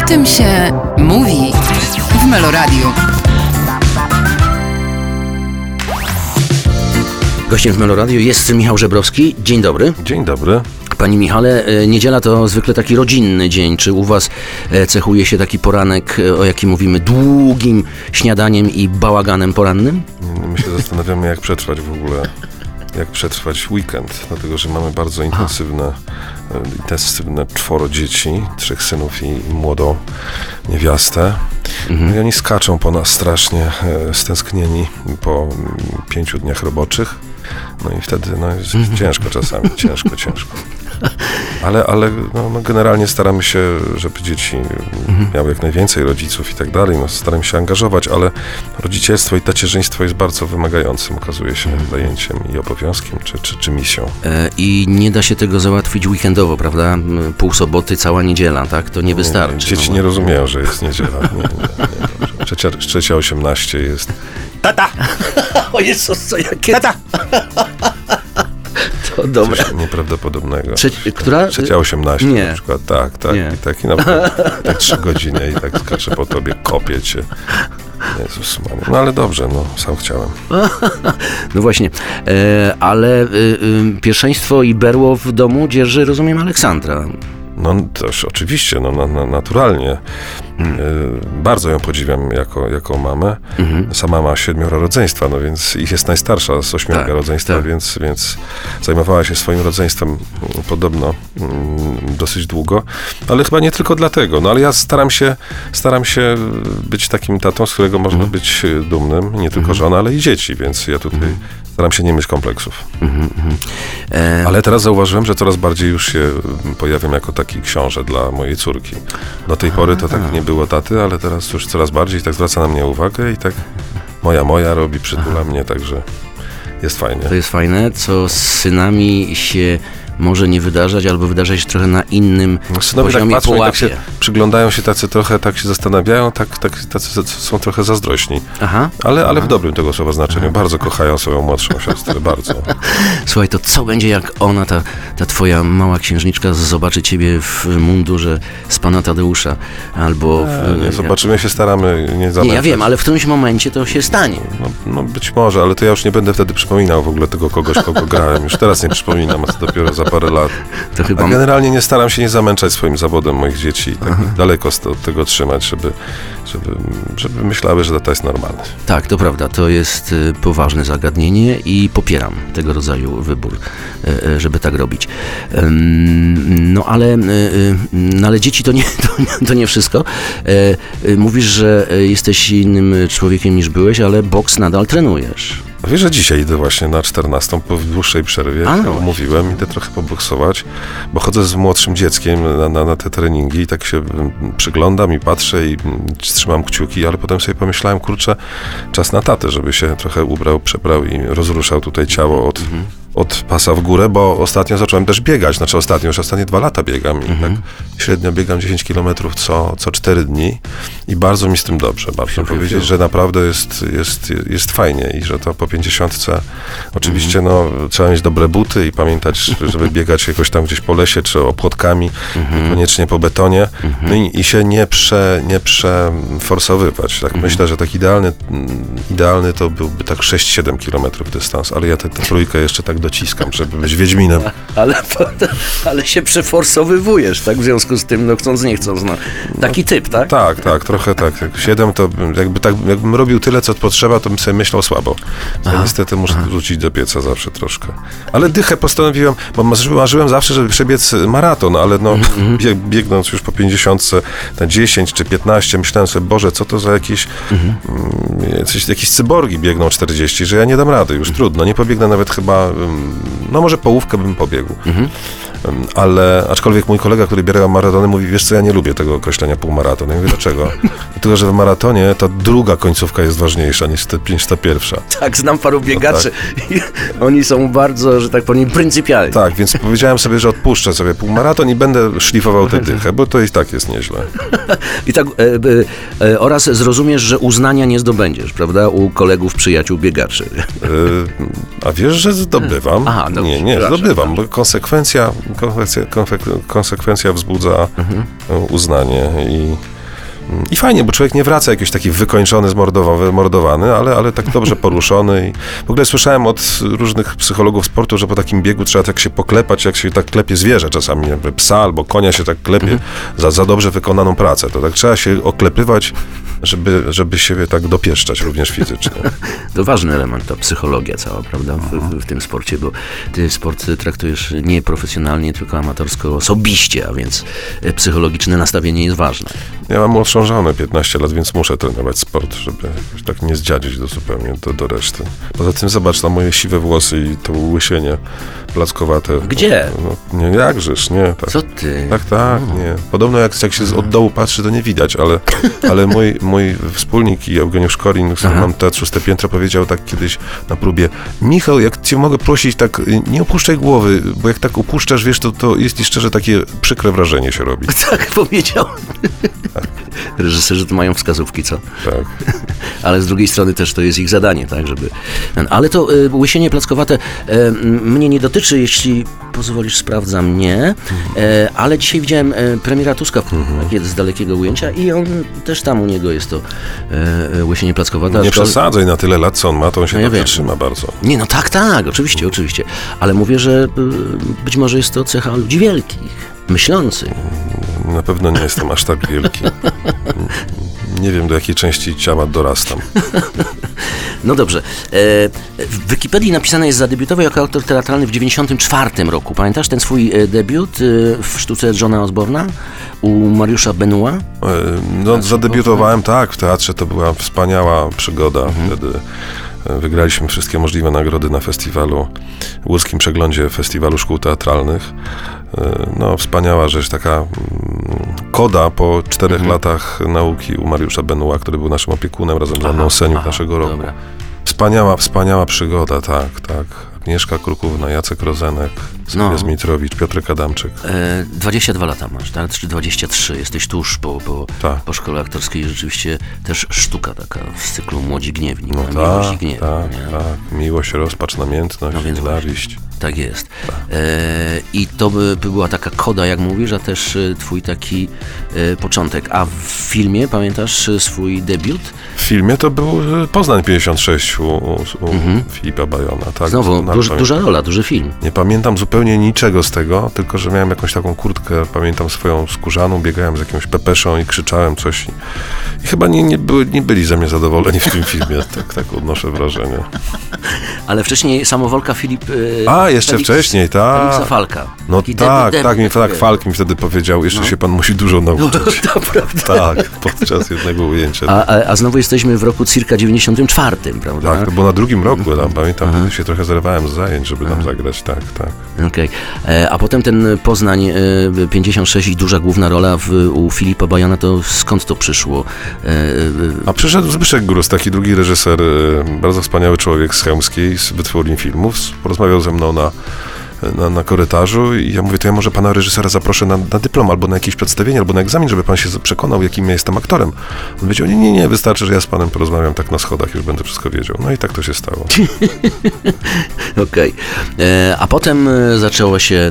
O tym się mówi w Meloradiu. Gościem w Meloradiu jest Michał Żebrowski. Dzień dobry. Dzień dobry. Panie Michale, niedziela to zwykle taki rodzinny dzień. Czy u was cechuje się taki poranek, o jakim mówimy, długim śniadaniem i bałaganem porannym? My się zastanawiamy, jak przetrwać w ogóle, jak przetrwać weekend, dlatego że mamy bardzo intensywne 4 dzieci, 3 synów i młodą niewiastę. I oni skaczą po nas strasznie stęsknieni po 5 dniach roboczych. No i wtedy jest ciężko czasami, ciężko. Ale generalnie staramy się, żeby dzieci miały jak najwięcej rodziców i tak dalej. Staramy się angażować, ale rodzicielstwo i tacierzyństwo jest bardzo wymagającym, okazuje się, zajęciem i obowiązkiem, czy misją. I nie da się tego załatwić weekendowo, prawda? Pół soboty, cała niedziela, tak? To nie wystarczy. Dzieci nie rozumieją, że jest niedziela. Nie. 3:18 jest. Tata! O Jezus, co jakie... Tata! To dobre. Coś nieprawdopodobnego. Która? 3:18 Nie. na przykład, tak. Nie. I tak naprawdę tak 3 godziny i tak skacze po tobie, kopie cię. Jezus Maria. No ale dobrze, sam chciałem. No właśnie, ale pierwszeństwo i berło w domu dzierży, rozumiem, Aleksandra. No też oczywiście, naturalnie. Bardzo ją podziwiam jako mamę. Sama ma 7 rodzeństwa, więc ich jest najstarsza z 8 rodzeństwa, tak. Więc zajmowała się swoim rodzeństwem podobno dosyć długo, ale chyba nie tylko dlatego. Ale ja staram się być takim tatą, z którego można być dumnym, nie tylko żona, ale i dzieci, więc ja tutaj staram się nie mieć kompleksów. Ale teraz zauważyłem, że coraz bardziej już się pojawiam jako taki książę dla mojej córki. Do tej pory to tak nie było taty, ale teraz już coraz bardziej tak zwraca na mnie uwagę i tak moja robi, przytula mnie, także jest fajnie. To jest fajne, co z synami się może nie wydarzać, albo wydarza się trochę na innym synowie poziomie, tak patrzą, pułapie. tak się przyglądają się tacy trochę, tak się zastanawiają, tacy są trochę zazdrośni. Ale w dobrym tego słowa znaczeniu. Bardzo kochają swoją młodszą siostrę, bardzo. Słuchaj, to co będzie, jak ona, ta twoja mała księżniczka, zobaczy ciebie w mundurze z pana Tadeusza, albo... Nie, zobaczymy, się staramy nie zamęczać. Nie, ja wiem, ale w którymś momencie to się stanie. No być może, ale to ja już nie będę wtedy przypominał w ogóle tego kogoś, kogo grałem. Już teraz nie przypominam, a to dopiero za parę lat. To chyba... A generalnie nie staram się nie zamęczać swoim zawodem moich dzieci i tak daleko od tego trzymać, żeby myślały, że to jest normalne. Tak, to prawda, to jest poważne zagadnienie i popieram tego rodzaju wybór, żeby tak robić. Ale dzieci to nie wszystko. Mówisz, że jesteś innym człowiekiem niż byłeś, ale boks nadal trenujesz. Wiesz, że dzisiaj idę właśnie na 14 po dłuższej przerwie, mówiłem, idę trochę poboksować, bo chodzę z młodszym dzieckiem na te treningi i tak się przyglądam i patrzę i trzymam kciuki, ale potem sobie pomyślałem, kurczę, czas na tatę, żeby się trochę ubrał, przebrał i rozruszał tutaj ciało od pasa w górę, bo ostatnio zacząłem też biegać, już ostatnie 2 lata biegam i tak średnio biegam 10 km co 4 dni i bardzo mi z tym dobrze. Muszę powiedzieć, że naprawdę jest fajnie i że to po 50 oczywiście trzeba mieć dobre buty i pamiętać, żeby biegać jakoś tam gdzieś po lesie czy opłotkami, koniecznie po betonie i się nie przeforsowywać. Tak myślę, że tak idealny to byłby tak 6-7 km dystans, ale ja tę trójkę jeszcze tak dociskam, żeby być Wiedźminem. Ale się przeforsowywujesz, tak? W związku z tym, chcąc, nie chcąc. Taki typ, tak? Tak, trochę tak. 7 to jakbym robił tyle, co potrzeba, to bym sobie myślał słabo. Niestety muszę wrócić do pieca zawsze troszkę. Ale dychę postanowiłem, bo marzyłem zawsze, żeby przebiec maraton, ale biegnąc już po 50 na 10 czy 15, myślałem sobie, Boże, co to za jakieś cyborgi biegną 40, że ja nie dam rady, już trudno. Nie pobiegnę nawet chyba, może połówkę bym pobiegł. Ale aczkolwiek mój kolega, który biega maratony, mówi, wiesz co, ja nie lubię tego określenia półmaraton. Ja mówię, dlaczego? Dlatego, że w maratonie ta druga końcówka jest ważniejsza niż ta pierwsza. Tak, znam paru biegaczy. Oni są bardzo, że tak powiem, pryncypialni. Tak, więc powiedziałem sobie, że odpuszczę sobie półmaraton i będę szlifował tę dychę, bo to i tak jest nieźle. I tak oraz zrozumiesz, że uznania nie zdobędziesz, prawda, u kolegów, przyjaciół, biegaczy. A wiesz, że zdobywam? Aha, no, nie zdobywam, bo konsekwencja wzbudza uznanie I fajnie, bo człowiek nie wraca jakiś taki wykończony, mordowany, ale tak dobrze poruszony. I w ogóle słyszałem od różnych psychologów sportu, że po takim biegu trzeba tak się poklepać, jak się tak klepie zwierzę czasami, jakby psa albo konia się tak klepie za dobrze wykonaną pracę. To tak trzeba się oklepywać, żeby siebie tak dopieszczać również fizycznie. To ważny element, ta psychologia cała, prawda, w tym sporcie, bo ty sport traktujesz nie profesjonalnie, tylko amatorsko, osobiście, a więc psychologiczne nastawienie jest ważne. Ja mam młodszą żonę, 15 lat, więc muszę trenować sport, żeby jakoś tak nie zdziadzić zupełnie do reszty. Poza tym zobacz na moje siwe włosy i to łysienie plackowate. Gdzie? No, nie, jakżeż, nie. Tak. Co ty? Tak, nie. Podobno jak się od dołu patrzy, to nie widać, ale mój wspólnik i Eugeniusz Korin, z którym mam te 6 piętro, powiedział tak kiedyś na próbie: Michał, jak cię mogę prosić, tak nie opuszczaj głowy, bo jak tak opuszczasz, wiesz, to jest i szczerze takie przykre wrażenie się robi. Tak powiedział. Tak. Reżyserzy to mają wskazówki, co? Tak. Ale z drugiej strony też to jest ich zadanie, tak, żeby... Ale to łysienie plackowate mnie nie dotyczy, jeśli pozwolisz, sprawdza mnie, ale dzisiaj widziałem premiera Tuska z dalekiego ujęcia i on też tam u niego jest to łysienie plackowate. Nie przesadzaj, na tyle lat, co on ma, to on się dobrze trzyma bardzo. Nie, no tak, oczywiście. Ale mówię, że być może jest to cecha ludzi wielkich, myślących. Na pewno nie jestem aż tak wielki. Nie wiem, do jakiej części ciała dorastam. No dobrze. W Wikipedii napisane jest: zadebiutował jako aktor teatralny w 1994 roku. Pamiętasz ten swój debiut w sztuce Johna Osborna u Mariusza Benoît? No, zadebiutowałem, tak, w teatrze. To była wspaniała przygoda. Wtedy wygraliśmy wszystkie możliwe nagrody na festiwalu, łódzkim przeglądzie Festiwalu Szkół Teatralnych. No, wspaniała rzecz, taka koda po 4 latach nauki u Mariusza Benoît, który był naszym opiekunem, razem ze mną senior naszego roku. Dobra. Wspaniała przygoda, tak. Agnieszka Krukówna, Jacek Rozenek, Sylwia Zmitrowicz, Piotrek Adamczyk. 22 lata masz, tak? Czy 23? Jesteś tuż po szkole aktorskiej. Rzeczywiście też sztuka taka w cyklu Młodzi Gniewni. No miłość i gniew. Tak. Miłość, rozpacz, namiętność, nienawiść. Tak jest. Tak. I to by była taka koda, jak mówisz, a też twój taki początek. A w filmie, pamiętasz swój debiut? W filmie to był Poznań 56 u Filipa Bajona. Tak, znowu, duża rola, duży film. Nie pamiętam zupełnie niczego z tego, tylko że miałem jakąś taką kurtkę, pamiętam swoją skórzaną, biegałem z jakąś pepeszą i krzyczałem coś. I chyba nie byli ze mnie zadowoleni w tym filmie. Tak odnoszę wrażenie. Ale wcześniej samowolka Filip... jeszcze wcześniej, tak. Felipsa Falka. No Falk mi wtedy powiedział, jeszcze się pan musi dużo nauczyć. To prawda. Tak, podczas jednego ujęcia. A znowu jesteśmy w roku circa 94, prawda? Tak, to było na drugim roku, tam pamiętam, się trochę zerwałem z zajęć, żeby tam zagrać, tak. Okej. A potem ten Poznań 56 i duża główna rola u Filipa Bajona, to skąd to przyszło? A przyszedł Zbyszek Gruz, taki drugi reżyser, bardzo wspaniały człowiek z Chełmskiej, z wytwórni filmów, porozmawiał ze mną na korytarzu i ja mówię, to ja może pana reżysera zaproszę na dyplom, albo na jakieś przedstawienie, albo na egzamin, żeby pan się przekonał, jakim ja jestem aktorem. On powiedział, nie, wystarczy, że ja z panem porozmawiam tak na schodach, już będę wszystko wiedział. No i tak to się stało. Okej. A potem zaczęła się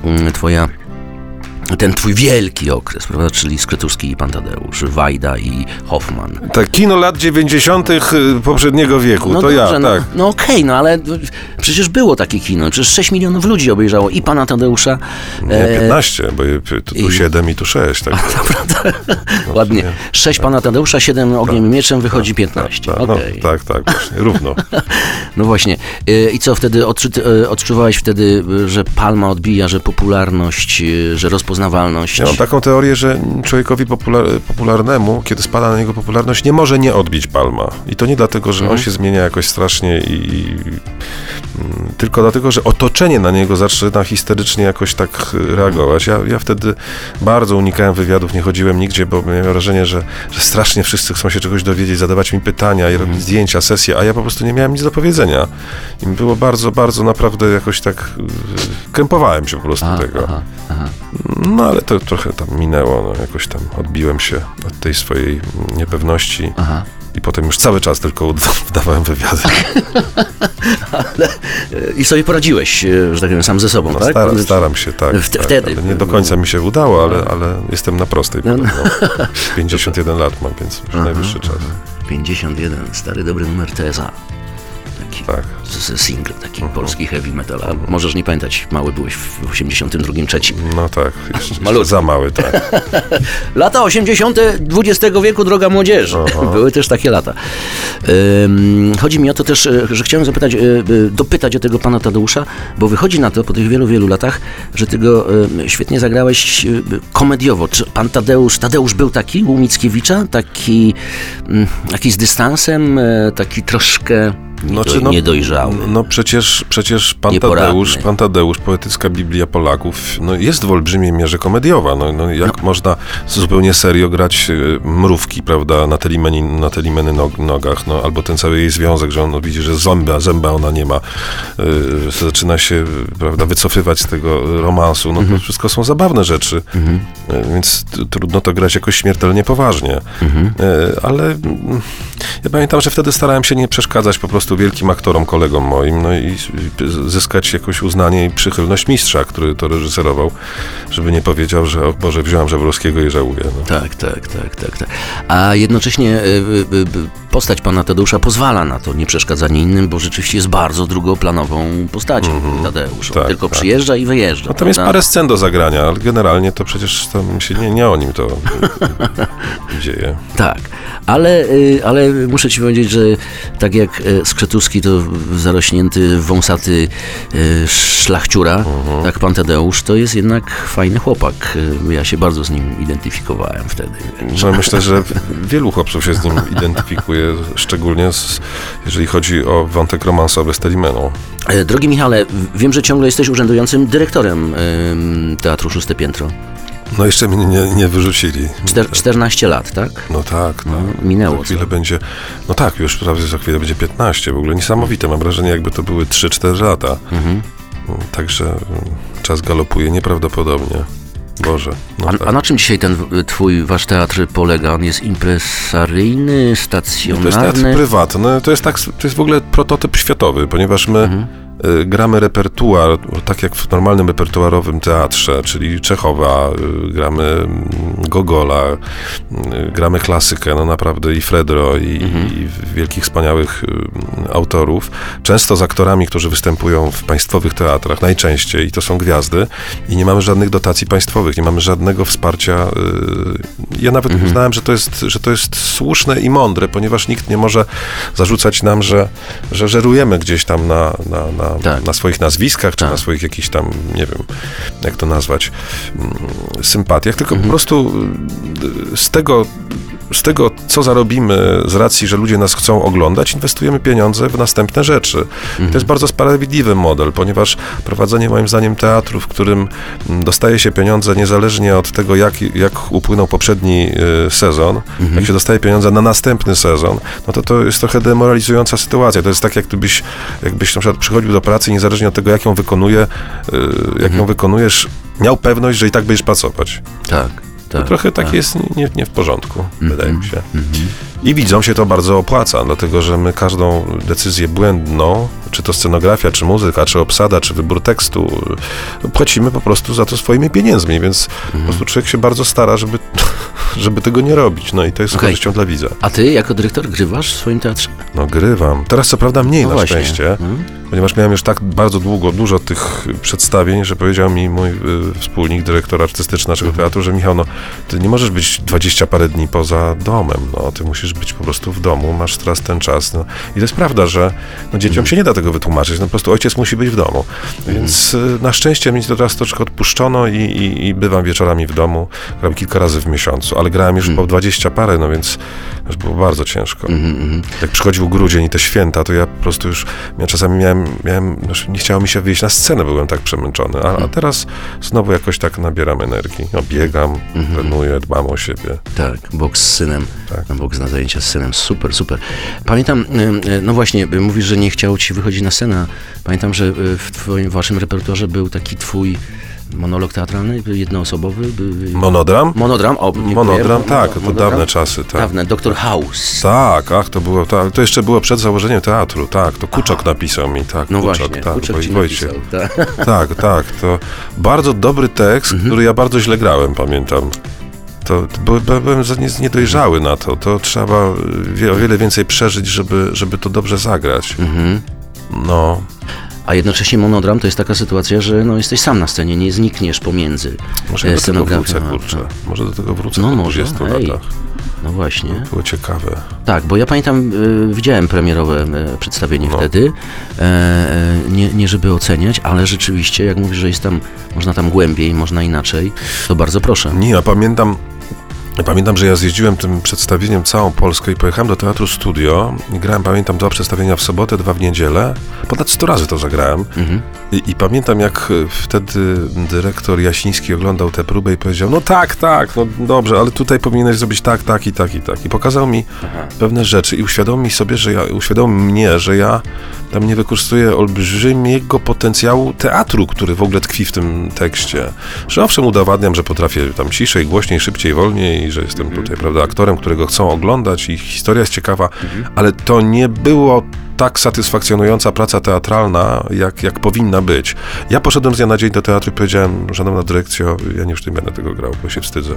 ten twój wielki okres, prawda? Czyli Skrytuski i Pan Tadeusz, Wajda i Hoffman. Tak, kino lat 90. poprzedniego wieku, no to dobrze, ja, tak. No okej, ale przecież było takie kino, przecież 6 milionów ludzi obejrzało i Pana Tadeusza. Nie, 15, bo tu 7 i tu 6. Tak. Naprawdę? Ładnie. 6 Pana Tadeusza, 7 Ogniem i Mieczem, wychodzi 15. Okay. Tak, właśnie, równo. No właśnie. I co wtedy, odczuwałeś wtedy, że Palma odbija, że popularność, że rozpoznawalność? Ja mam taką teorię, że człowiekowi popularnemu, kiedy spada na niego popularność, nie może nie odbić Palma. I to nie dlatego, że on się zmienia jakoś strasznie tylko dlatego, że otoczenie na niego zaczyna histerycznie jakoś tak reagować. Ja wtedy bardzo unikałem wywiadów, nie chodziłem nigdzie, bo miałem wrażenie, że strasznie wszyscy chcą się czegoś dowiedzieć, zadawać mi pytania i robić zdjęcia, sesje, a ja po prostu nie miałem nic do powiedzenia. I było bardzo, bardzo naprawdę jakoś tak krępowałem się po prostu tego. No ale to trochę tam minęło, jakoś tam odbiłem się od tej swojej niepewności. I potem już cały czas tylko dawałem wywiady. I sobie poradziłeś, że tak powiem, sam ze sobą, tak? Staram się, tak. Wtedy. Nie do końca mi się udało, ale jestem na prostej. 51 lat mam, więc już najwyższy czas. 51, stary, dobry numer TSA. Tak. Single, taki polski heavy metal. A możesz nie pamiętać, mały byłeś w 82-3. No tak, jeszcze za mały, tak. Lata 80. XX wieku, droga młodzież. Były też takie lata. Chodzi mi o to też, że chciałem dopytać o tego pana Tadeusza, bo wychodzi na to po tych wielu, wielu latach, że ty go świetnie zagrałeś komediowo. Czy pan Tadeusz był taki u Mickiewicza? Taki z dystansem, taki troszkę niedojrzały. No przecież pan Tadeusz, poetycka Biblia Polaków, no jest w olbrzymiej mierze komediowa. Jak można zupełnie serio grać mrówki, prawda, na Telimeny nogach, albo ten cały jej związek, że on widzi, że zęba ona nie ma, zaczyna się, prawda, wycofywać z tego romansu. To wszystko są zabawne rzeczy, więc trudno to grać jakoś śmiertelnie poważnie. Ale ja pamiętam, że wtedy starałem się nie przeszkadzać po prostu wielkim aktorom, kolegom moim, i zyskać jakoś uznanie i przychylność mistrza, który to reżyserował, żeby nie powiedział, że o Boże, wziąłem Żebrowskiego i żałuję. Tak. A jednocześnie postać pana Tadeusza pozwala na to nieprzeszkadzanie innym, bo rzeczywiście jest bardzo drugoplanową postacią Tadeusz. On tylko przyjeżdża i wyjeżdża. No tam jest parę scen do zagrania, ale generalnie to przecież tam się nie o nim to dzieje. Tak, ale muszę ci powiedzieć, że tak jak Skrzetuski to zarośnięty, wąsaty szlachciura, tak pan Tadeusz to jest jednak fajny chłopak. Ja się bardzo z nim identyfikowałem wtedy. No, myślę, że wielu chłopców się z nim identyfikuje, szczególnie jeżeli chodzi o wątek romansowy z Telimeną. Drogi Michale, wiem, że ciągle jesteś urzędującym dyrektorem Teatru Szóste Piętro. No jeszcze mnie nie wyrzucili. 14 lat, tak? No tak. Minęło. Za chwilę będzie, no tak, już prawie za chwilę będzie 15. W ogóle niesamowite. Mam wrażenie, jakby to były 3-4 lata. Także czas galopuje nieprawdopodobnie. Boże. A na czym dzisiaj ten wasz teatr polega? On jest impresaryjny, stacjonarny? To jest teatr prywatny. To jest w ogóle prototyp światowy, ponieważ my gramy repertuar, tak jak w normalnym repertuarowym teatrze, czyli Czechowa, gramy Gogola, gramy klasykę, no naprawdę i Fredro, i wielkich, wspaniałych autorów. Często z aktorami, którzy występują w państwowych teatrach, najczęściej, i to są gwiazdy, i nie mamy żadnych dotacji państwowych, nie mamy żadnego wsparcia. Ja nawet uznałem, że to jest słuszne i mądre, ponieważ nikt nie może zarzucać nam, że żerujemy gdzieś tam na swoich nazwiskach, czy na swoich jakichś tam, nie wiem, jak to nazwać, sympatiach, tylko po prostu z tego, co zarobimy z racji, że ludzie nas chcą oglądać, inwestujemy pieniądze w następne rzeczy. I to jest bardzo sprawiedliwy model, ponieważ prowadzenie, moim zdaniem, teatru, w którym dostaje się pieniądze niezależnie od tego, jak upłynął poprzedni sezon, jak się dostaje pieniądze na następny sezon, no to jest trochę demoralizująca sytuacja. To jest tak, jakbyś na przykład przychodził do pracy i niezależnie od tego, jak ją wykonujesz, miał pewność, że i tak będziesz pracować. Tak. To trochę tak jest nie w porządku, wydaje mi się. I widzom się to bardzo opłaca, dlatego że my każdą decyzję błędną, czy to scenografia, czy muzyka, czy obsada, czy wybór tekstu, płacimy po prostu za to swoimi pieniędzmi, więc po prostu człowiek się bardzo stara, żeby tego nie robić. No i to jest korzyścią dla widza. A ty jako dyrektor grywasz w swoim teatrze? No grywam. Teraz co prawda mniej na szczęście, ponieważ miałem już tak bardzo dużo tych przedstawień, że powiedział mi mój wspólnik, dyrektor artystyczny naszego teatru, że Michał, ty nie możesz być 20 parę dni poza domem, ty musisz być po prostu w domu, masz teraz ten czas. I to jest prawda, że dzieciom się nie da tego wytłumaczyć, po prostu ojciec musi być w domu. Więc na szczęście mi to teraz troszkę odpuszczono i bywam wieczorami w domu, gram kilka razy w miesiącu, ale grałem już po 20 parę, więc już było bardzo ciężko. Jak przychodził grudzień i te święta, to ja po prostu już czasami nie chciało mi się wyjść na scenę, byłem tak przemęczony, a teraz znowu jakoś tak nabieram energii. Biegam, trenuję, dbam o siebie. Tak, boks z synem, boks na zajęcia z synem, super. Pamiętam, no właśnie, mówisz, że nie chciało ci wychodzić na scenę. Pamiętam, że w waszym repertuarze był taki twój Monolog teatralny, jednoosobowy? Monodram? Monodram, Monodram, tak, to dawne czasy, tak. Dawne, Dr. House. Tak, to było, to jeszcze było przed założeniem teatru, tak, to Kuczok napisał mi, tak, No Kuczok, właśnie, tak, Kuczok ci Wojciech. napisał, Tak, to bardzo dobry tekst, który ja bardzo źle grałem, pamiętam. Byłem niedojrzały na to. To trzeba o wiele więcej przeżyć, żeby to dobrze zagrać. No. A jednocześnie monodram to jest taka sytuacja, że jesteś sam na scenie, nie znikniesz pomiędzy Może do tego wrócę, scenografią. kurczę. Może do tego wrócę No po może, 20 latach. No właśnie. Było ciekawe. Tak, bo ja pamiętam, widziałem premierowe przedstawienie wtedy, nie żeby oceniać, ale rzeczywiście, jak mówisz, że jest tam, można tam głębiej, można inaczej, to bardzo proszę. Nie, ja pamiętam, że ja zjeździłem tym przedstawieniem całą Polskę i pojechałem do Teatru Studio i grałem, pamiętam, 2 przedstawienia w sobotę, 2 w niedzielę. Ponad 100 razy to zagrałem. I pamiętam, jak wtedy dyrektor Jasiński oglądał tę próbę i powiedział, no tak, no dobrze, ale tutaj powinieneś zrobić tak. I pokazał mi pewne rzeczy i uświadomił mnie, że ja tam nie wykorzystuję olbrzymiego potencjału teatru, który w ogóle tkwi w tym tekście. Że owszem, udowadniam, że potrafię tam ciszej, głośniej, szybciej, wolniej, że jestem tutaj, prawda, aktorem, którego chcą oglądać i historia jest ciekawa, ale to nie było tak satysfakcjonująca praca teatralna, jak powinna być. Ja poszedłem z dnia na dzień do teatru i powiedziałem, szanowna dyrekcjo, ja już nie będę tego grał, bo się wstydzę.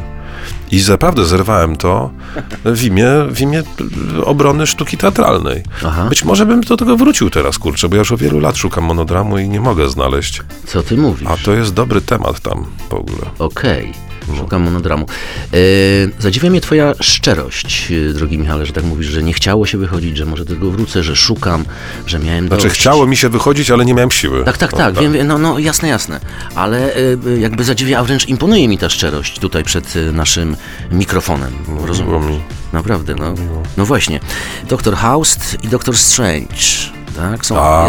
I naprawdę zerwałem to w imię obrony sztuki teatralnej. Aha. Być może bym do tego wrócił teraz, kurczę, bo ja już od wielu lat szukam monodramu i nie mogę znaleźć. Co ty mówisz? A to jest dobry temat tam w ogóle. Okej. Szukam monodramu. Zadziwia mnie twoja szczerość, drogi Michale, że tak mówisz, że nie chciało się wychodzić, że może do tego wrócę, że szukam, że miałem dość. Znaczy chciało mi się wychodzić, ale nie miałem siły. Tak, wiem, no jasne. Ale jakby zadziwia, a wręcz imponuje mi ta szczerość tutaj przed naszym mikrofonem. Rozumiem. Mi. Naprawdę, no właśnie. Dr. House i Dr. Strange. Tak?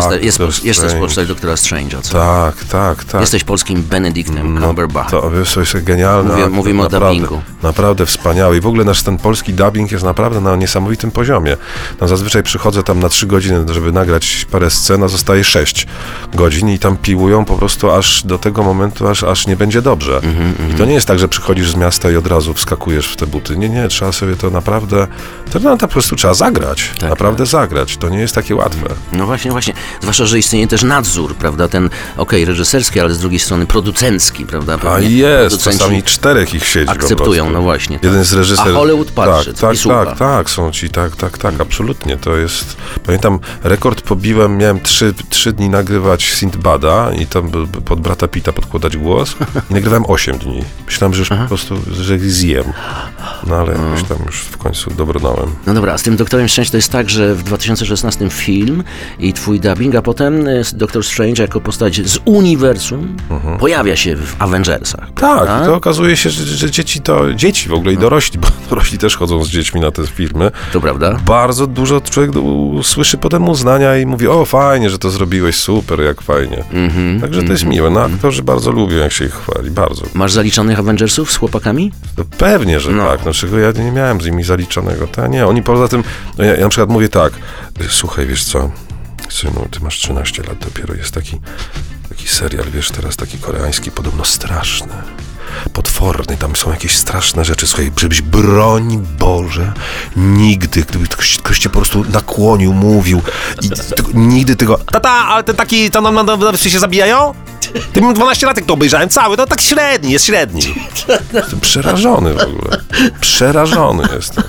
Jest też postać doktora Strange'a, co? Tak. Jesteś polskim Benedictem Cumberbatch. To jest genialne. Mówimy o dubbingu. Naprawdę wspaniały. I w ogóle nasz ten polski dubbing jest naprawdę na niesamowitym poziomie. No, zazwyczaj przychodzę tam na 3 godziny, żeby nagrać parę scen, a zostaje 6 godzin i tam piłują po prostu aż do tego momentu, aż nie będzie dobrze. I to nie jest tak, że przychodzisz z miasta i od razu wskakujesz w te buty. Nie, trzeba sobie to naprawdę, to po prostu trzeba zagrać. Tak, naprawdę zagrać. To nie jest takie łatwe. No właśnie. Zwłaszcza, że istnieje też nadzór, prawda? Ten, reżyserski, ale z drugiej strony producencki, prawda? A jest, czasami 4 ich siedzi. Akceptują, no właśnie. Jeden z reżyserów. A Hollywood patrzy, tak, są ci, tak, absolutnie. To jest, pamiętam, rekord pobiłem, miałem 3 dni nagrywać Sindbada i tam pod brata Pitta podkładać głos i nagrywałem 8 dni. Myślałem, że już po prostu, że zjem. No ale jakoś tam już w końcu dobrnąłem. No dobra, a z tym Doktorem Strange to jest tak, że w 2016 film i twój dubbing, a potem Doctor Strange jako postać z uniwersum pojawia się w Avengersach. Tak, to okazuje się, że dzieci w ogóle i dorośli, bo dorośli też chodzą z dziećmi na te filmy. To prawda? Bardzo dużo człowiek słyszy potem uznania i mówi, o fajnie, że to zrobiłeś, super, jak fajnie. Także to jest miłe. No, aktorzy bardzo lubią, jak się ich chwali, bardzo. Masz zaliczonych Avengersów z chłopakami? No, pewnie, że tak. Dlaczego ja nie miałem z nimi zaliczonego? Nie, oni poza tym, ja na przykład mówię tak, słuchaj, wiesz co, synu, ty masz 13 lat dopiero, jest taki serial, wiesz, teraz taki koreański, podobno straszny, potworny, tam są jakieś straszne rzeczy, słuchaj, żebyś, broń Boże, nigdy, gdyby ktoś cię po prostu nakłonił, mówił i nigdy tego, tata, ale ten taki, to nam się zabijają? Ty mam 12 lat, jak to obejrzałem cały, to tak średni. Jestem przerażony w ogóle. Przerażony jestem.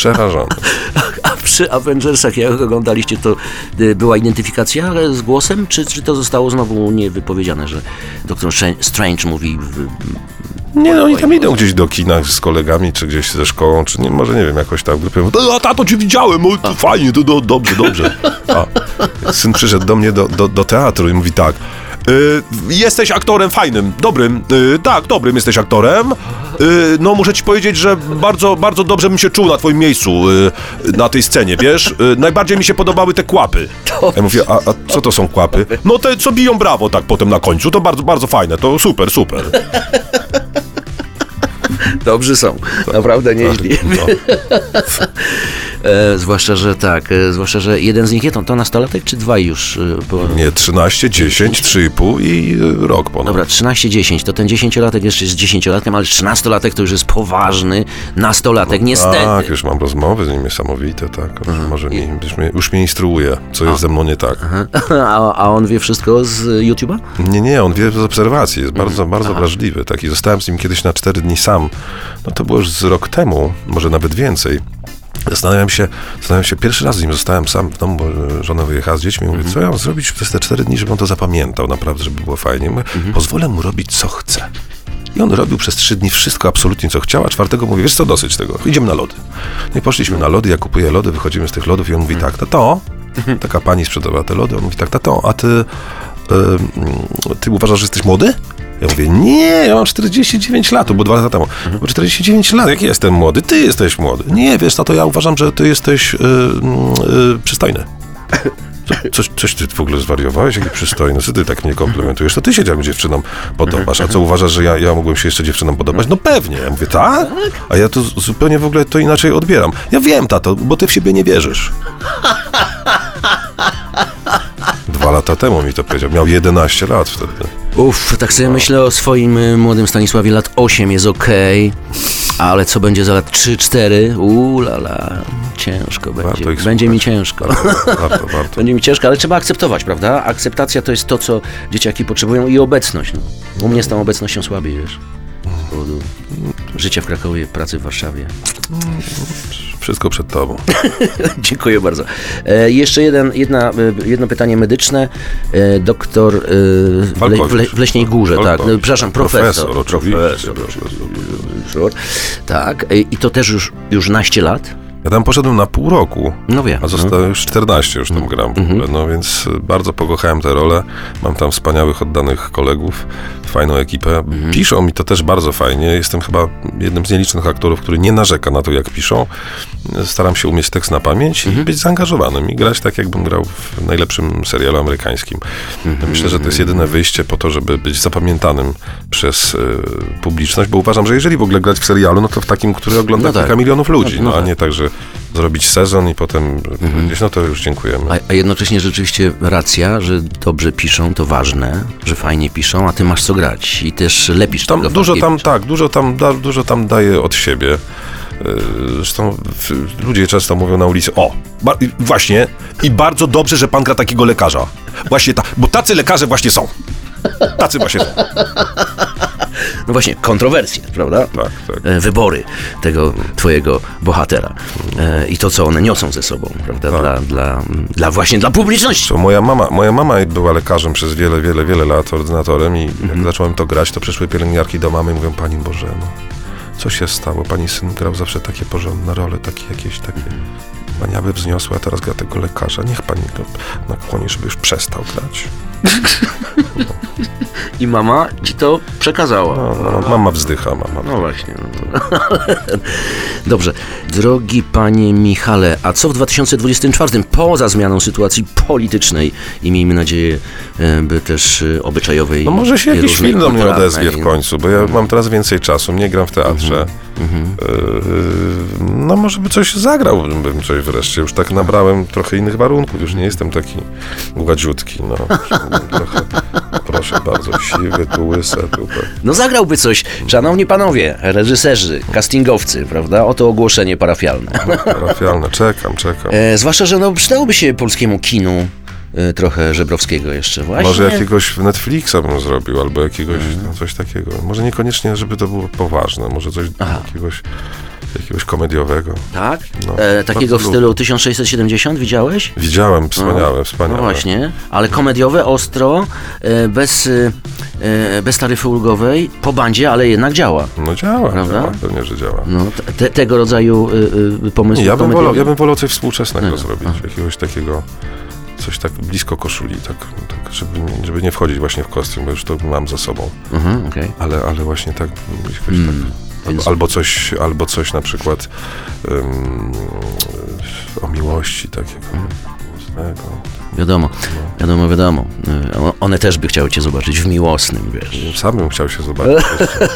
A przy Avengersach, jak oglądaliście, to była identyfikacja z głosem, czy to zostało znowu niewypowiedziane, że Dr. Strange mówi... Nie, no oni tam idą gdzieś do kina z kolegami, czy gdzieś ze szkołą, czy może nie wiem, jakoś tam w grupie. Tato, cię widziałem, to fajnie, to dobrze. A syn przyszedł do mnie do teatru i mówi tak, jesteś aktorem fajnym, dobrym, tak, dobrym jesteś aktorem. No muszę ci powiedzieć, że bardzo, bardzo dobrze bym się czuł na twoim miejscu na tej scenie, wiesz? Najbardziej mi się podobały te kłapy. Ja mówię, a co to są kłapy? No te, co biją brawo tak potem na końcu, to bardzo, bardzo fajne, to super. Dobrzy są, naprawdę nieźli. Zwłaszcza, że jeden z nich to nastolatek, czy dwaj już? Nie, 13, 10, 3,5 i rok ponad. Dobra, 13-10, to ten 10-latek jeszcze jest 10-latkiem, ale 13-latek to już jest poważny nastolatek, niestety. Tak, już mam rozmowy z nim niesamowite, tak. Może już mnie instruuje, co jest ze mną nie tak. A on wie wszystko z YouTube'a? Nie, on wie z obserwacji, jest bardzo wrażliwy. Tak. I zostałem z nim kiedyś na 4 dni sam. No to było już z rok temu, może nawet więcej. Zastanawiam się, pierwszy raz z nim zostałem sam w domu, bo żona wyjechała z dziećmi. Mówię, co ja mam zrobić przez te 4 dni, żeby on to zapamiętał, naprawdę, żeby było fajnie. Mówię, pozwolę mu robić, co chce. I on robił przez 3 dni wszystko absolutnie, co chciał, a 4 mówi, wiesz co, dosyć tego, idziemy na lody. No i poszliśmy na lody, ja kupuję lody, wychodzimy z tych lodów i on mówi tak, tato, taka pani sprzedawała te lody, on mówi tak, tato, a ty uważasz, że jesteś młody? Ja mówię, nie, ja mam 49 lat, to było 2 lata temu. 49 lat, jak jestem młody? Ty jesteś młody. Nie, wiesz, tato, ja uważam, że ty jesteś przystojny. Coś ty w ogóle zwariowałeś? Jaki przystojny? Co ty tak mnie komplementujesz? To ty się dziewczynom podobasz. A co uważasz, że ja mogłem się jeszcze dziewczynom podobać? No pewnie. Ja mówię, tak? A ja to zupełnie w ogóle to inaczej odbieram. Ja wiem, tato, bo ty w siebie nie wierzysz. 2 lata temu mi to powiedział. Miał 11 lat wtedy. Tak sobie myślę o swoim młodym Stanisławie. Lat 8 jest okej, ale co będzie za lat 3-4? Lala, ciężko będzie. Będzie mi ciężko. Warto. Będzie mi ciężko, ale trzeba akceptować, prawda? Akceptacja to jest to, co dzieciaki potrzebują i obecność. No. U mnie z tą obecnością słabiej, wiesz. Z powodu życia w Krakowie, pracy w Warszawie. Wszystko przed tobą. Dziękuję bardzo. Jeszcze jedno pytanie medyczne. Doktor w Leśnej Górze, tak. Przepraszam, profesor. Oczywiście. Profesor. Tak. I to też już naście lat? Ja tam poszedłem na pół roku, no wiem, a zostałem już 14, już tam gram w ogóle, no więc bardzo pokochałem tę rolę. Mam tam wspaniałych, oddanych kolegów, fajną ekipę. Piszą mi to też bardzo fajnie. Jestem chyba jednym z nielicznych aktorów, który nie narzeka na to, jak piszą. Staram się umieć tekst na pamięć i być zaangażowanym i grać tak, jakbym grał w najlepszym serialu amerykańskim. Myślę, że to jest jedyne wyjście po to, żeby być zapamiętanym przez publiczność, bo uważam, że jeżeli w ogóle grać w serialu, no to w takim, który ogląda kilka milionów ludzi, a nie tak, że zrobić sezon i potem powiedzieć, no to już dziękujemy. A jednocześnie rzeczywiście racja, że dobrze piszą, to ważne, że fajnie piszą, a ty masz co grać i też lepisz tam dużo tam daje od siebie. Zresztą ludzie często mówią na ulicy, właśnie, i bardzo dobrze, że pan gra takiego lekarza. Właśnie bo tacy lekarze właśnie są. Tacy właśnie są. No właśnie, kontrowersje, prawda? Tak. Wybory tego twojego bohatera i to, co one niosą ze sobą, prawda? Tak. Właśnie dla publiczności. Moja mama była lekarzem przez wiele lat, ordynatorem i jak zacząłem to grać, to przyszły pielęgniarki do mamy i mówią, Pani Boże, no, co się stało? Pani syn grał zawsze takie porządne role, jakieś takie maniaby wzniosłe, a teraz gra tego lekarza. Niech pani to nakłoni, żeby już przestał grać. I mama ci to przekazała. Mama wzdycha, mama. No właśnie. Dobrze. Drogi panie Michale, a co w 2024 poza zmianą sytuacji politycznej i miejmy nadzieję, by też obyczajowej? No może się jakiś film do mnie odezwie w końcu, bo ja mam teraz więcej czasu, nie gram w teatrze. No może by coś zagrał, bym coś wreszcie. Już tak nabrałem trochę innych warunków, już nie jestem taki gładziutki, no. Trochę, proszę bardzo, siwy, tu łyse, tutaj. No zagrałby coś, szanowni panowie, reżyserzy, castingowcy, prawda? Oto ogłoszenie parafialne. Parafialne, czekam. Zwłaszcza, że przydałoby się polskiemu kinu trochę Żebrowskiego jeszcze właśnie. Może jakiegoś Netflixa bym zrobił, albo jakiegoś, coś takiego. Może niekoniecznie, żeby to było poważne, może coś jakiegoś komediowego. Tak? No, takiego w stylu 1670 widziałeś? Widziałem, wspaniałe. No właśnie, ale komediowe, ostro, bez taryfy ulgowej, po bandzie, ale jednak działa. No działa, pewnie, że działa. No, tego rodzaju pomysły. Ja bym wolał coś współczesnego zrobić, jakiegoś takiego, coś tak blisko koszuli, tak żeby nie wchodzić właśnie w kostium, bo już to mam za sobą. Okay. Ale właśnie tak, albo coś na przykład o miłości takiego. Wiadomo. One też by chciały cię zobaczyć w Miłosnym, wiesz. Sam bym chciał się zobaczyć.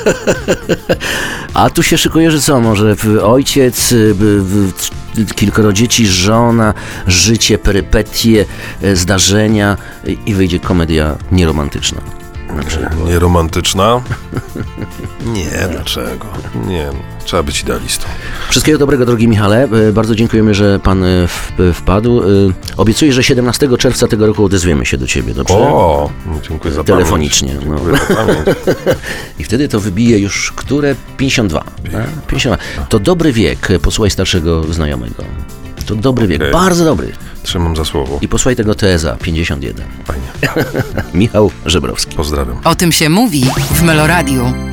A tu się szykuje, że co? Może ojciec, kilkoro dzieci, żona, życie, perypetie, zdarzenia i wyjdzie komedia nieromantyczna. Nieromantyczna? Nie, dlaczego? Nie, trzeba być idealistą. Wszystkiego dobrego, drogi Michale. Bardzo dziękujemy, że pan wpadł. Obiecuję, że 17 czerwca tego roku odezwiemy się do ciebie, dobrze? O, dziękuję za telefonicznie. Pamięć. Dziękuję za pamięć. I wtedy to wybije już które? 52. 52. To dobry wiek. Posłuchaj starszego znajomego. To dobry wiek, bardzo dobry. Trzymam za słowo. I posłuchaj tego TSA 51. Fajnie. Michał Żebrowski. Pozdrawiam. O tym się mówi w Meloradiu.